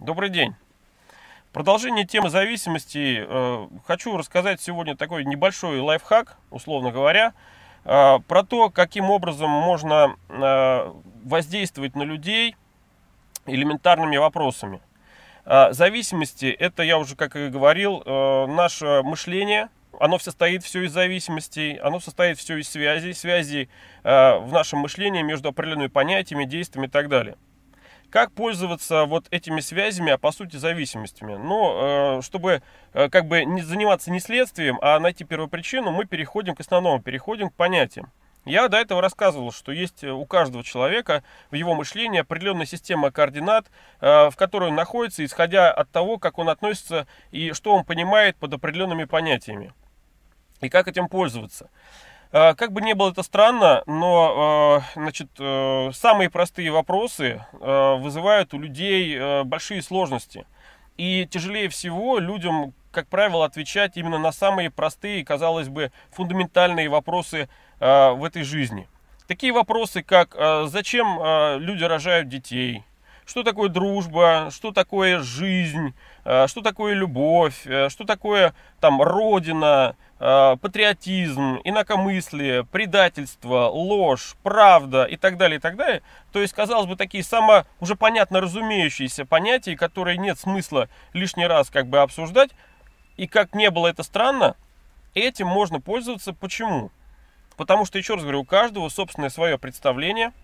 Добрый день. В продолжение темы зависимости хочу рассказать сегодня такой небольшой лайфхак, условно говоря, про то, каким образом можно воздействовать на людей элементарными вопросами. Зависимости — это, я уже как и говорил, наше мышление. Оно состоит все из зависимостей, оно состоит все из связей в нашем мышлении между определенными понятиями, действиями и так далее. Как пользоваться вот этими связями, а по сути зависимостями? Ну, чтобы как бы не заниматься не следствием, а найти первопричину, мы переходим к основному, переходим к понятиям. Я до этого рассказывал, что есть у каждого человека в его мышлении определенная система координат, в которой он находится, исходя от того, как он относится и что он понимает под определенными понятиями. И как этим пользоваться. Как бы ни было это странно, но самые простые вопросы вызывают у людей большие сложности. И тяжелее всего людям, как правило, отвечать именно на самые простые, казалось бы, фундаментальные вопросы в этой жизни. Такие вопросы, как зачем люди рожают детей, что такое дружба, что такое жизнь, что такое любовь, что такое там родина, патриотизм, инакомыслие, предательство, ложь, правда и так далее, и так далее. То есть, казалось бы, такие уже понятно разумеющиеся понятия, которые нет смысла лишний раз как бы обсуждать. И как не было это странно, этим можно пользоваться. Почему? Потому что, еще раз говорю, у каждого собственное свое представление,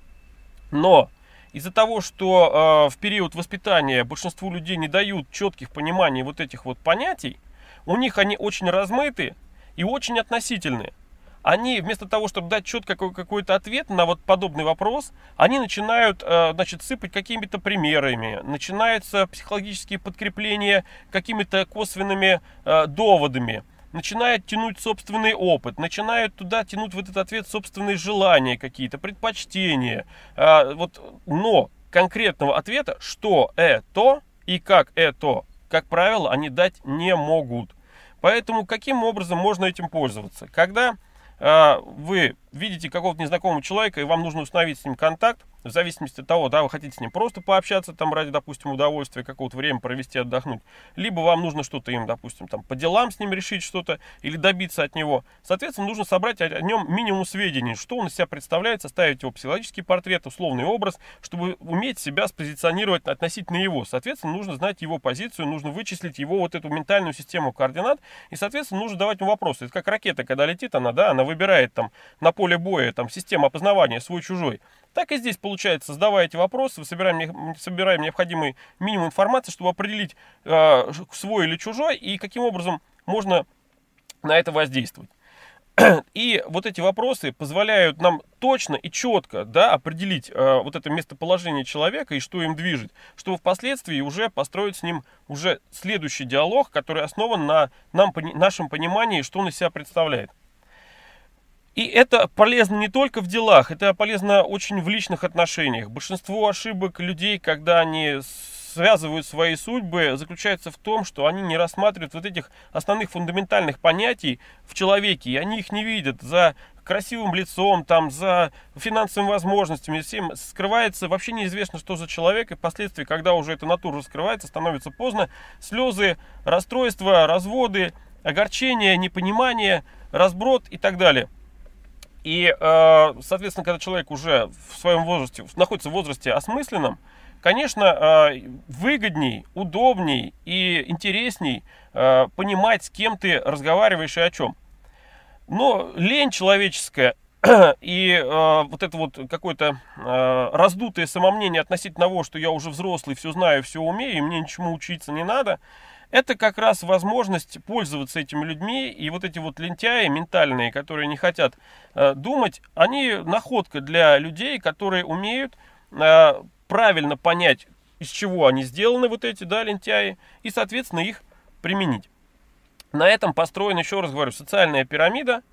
но из-за того, что в период воспитания большинству людей не дают четких пониманий вот этих вот понятий, у них они очень размыты и очень относительные. Они вместо того, чтобы дать четко какой-то ответ на вот подобный вопрос, они начинают сыпать какими-то примерами, начинаются психологические подкрепления какими-то косвенными доводами, начинают тянуть собственный опыт, начинают туда тянуть в этот ответ собственные желания какие-то, предпочтения. Но конкретного ответа, что это и как это, как правило, они дать не могут. Поэтому каким образом можно этим пользоваться? Когда вы видите какого-то незнакомого человека, и вам нужно установить с ним контакт, в зависимости от того, да, вы хотите с ним просто пообщаться, там, ради, допустим, удовольствия, какого-то время провести, отдохнуть, либо вам нужно что-то им, допустим, там, по делам с ним решить что-то, или добиться от него. Соответственно, нужно собрать о нем минимум сведений, что он из себя представляет, составить его психологический портрет, условный образ, чтобы уметь себя спозиционировать относительно его. Соответственно, нужно знать его позицию, нужно вычислить его вот эту ментальную систему координат, и, соответственно, нужно давать ему вопросы. Это как ракета, когда летит, она выбирает там на поле боя там систему опознавания свой-чужой. Так и здесь получается, задавая эти вопросы, собираем необходимый минимум информации, чтобы определить, свой или чужой, и каким образом можно на это воздействовать. И вот эти вопросы позволяют нам точно и четко, да, определить вот это местоположение человека и что им движет, чтобы впоследствии уже построить с ним уже следующий диалог, который основан на нашем понимании, что он из себя представляет. И это полезно не только в делах, это полезно очень в личных отношениях. Большинство ошибок людей, когда они связывают свои судьбы, заключается в том, что они не рассматривают вот этих основных фундаментальных понятий в человеке, и они их не видят. За красивым лицом, там, за финансовыми возможностями, всем скрывается вообще неизвестно, что за человек, и впоследствии, когда уже эта натура раскрывается, становится поздно. Слезы, расстройства, разводы, огорчение, непонимание, разброд и так далее. И, соответственно, когда человек уже в своем возрасте, находится в возрасте осмысленном, конечно, выгодней, удобней и интересней понимать, с кем ты разговариваешь и о чем. Но лень человеческая и вот это вот какое-то раздутое самомнение относительно того, что я уже взрослый, все знаю, все умею, и мне ничему учиться не надо, это как раз возможность пользоваться этими людьми. И вот эти вот лентяи ментальные, которые не хотят думать, они находка для людей, которые умеют правильно понять, из чего они сделаны, вот эти, да, лентяи, и, соответственно, их применить. На этом построена, еще раз говорю, социальная пирамида.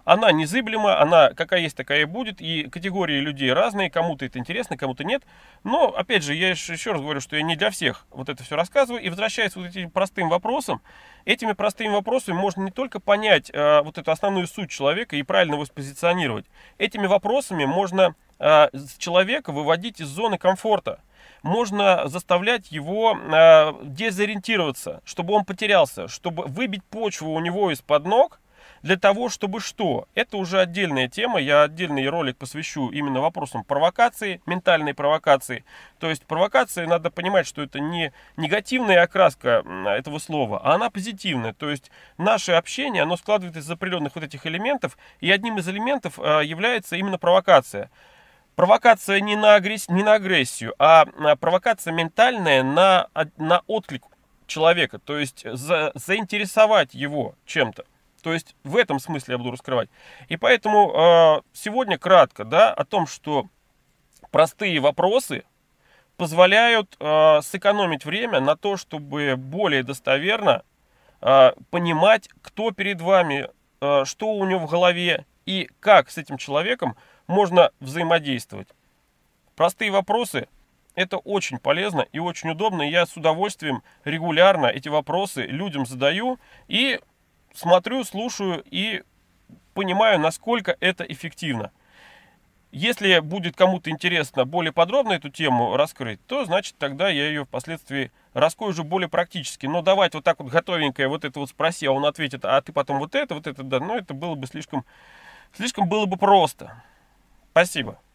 Она незыблема, она какая есть, такая и будет, и категории людей разные, кому-то это интересно, кому-то нет. Но, опять же, я еще раз говорю, что я не для всех вот это все рассказываю, и возвращаясь вот к этим простым вопросам, этими простыми вопросами можно не только понять вот эту основную суть человека и правильно его спозиционировать. Этими вопросами можно человека выводить из зоны комфорта. Можно заставлять его дезориентироваться, чтобы он потерялся, чтобы выбить почву у него из-под ног, для того, чтобы что? Это уже отдельная тема, я отдельный ролик посвящу именно вопросам провокации, ментальной провокации. То есть провокации, надо понимать, что это не негативная окраска этого слова, а она позитивная. То есть наше общение, оно складывается из определенных вот этих элементов, и одним из элементов является именно провокация. Провокация не на агрессию, а провокация ментальная на отклик человека, то есть заинтересовать его чем-то. То есть в этом смысле я буду раскрывать. И поэтому сегодня кратко, да, о том, что простые вопросы позволяют сэкономить время на то, чтобы более достоверно понимать, кто перед вами, что у него в голове и как с этим человеком можно взаимодействовать. Простые вопросы — это очень полезно и очень удобно. И я с удовольствием регулярно эти вопросы людям задаю и смотрю, слушаю и понимаю, насколько это эффективно. Если будет кому-то интересно более подробно эту тему раскрыть, то значит тогда я ее впоследствии раскрою уже более практически. Но давать вот так вот готовенькое, вот это вот спроси, а он ответит, а ты потом вот это, да, ну это было бы слишком было бы просто. Спасибо.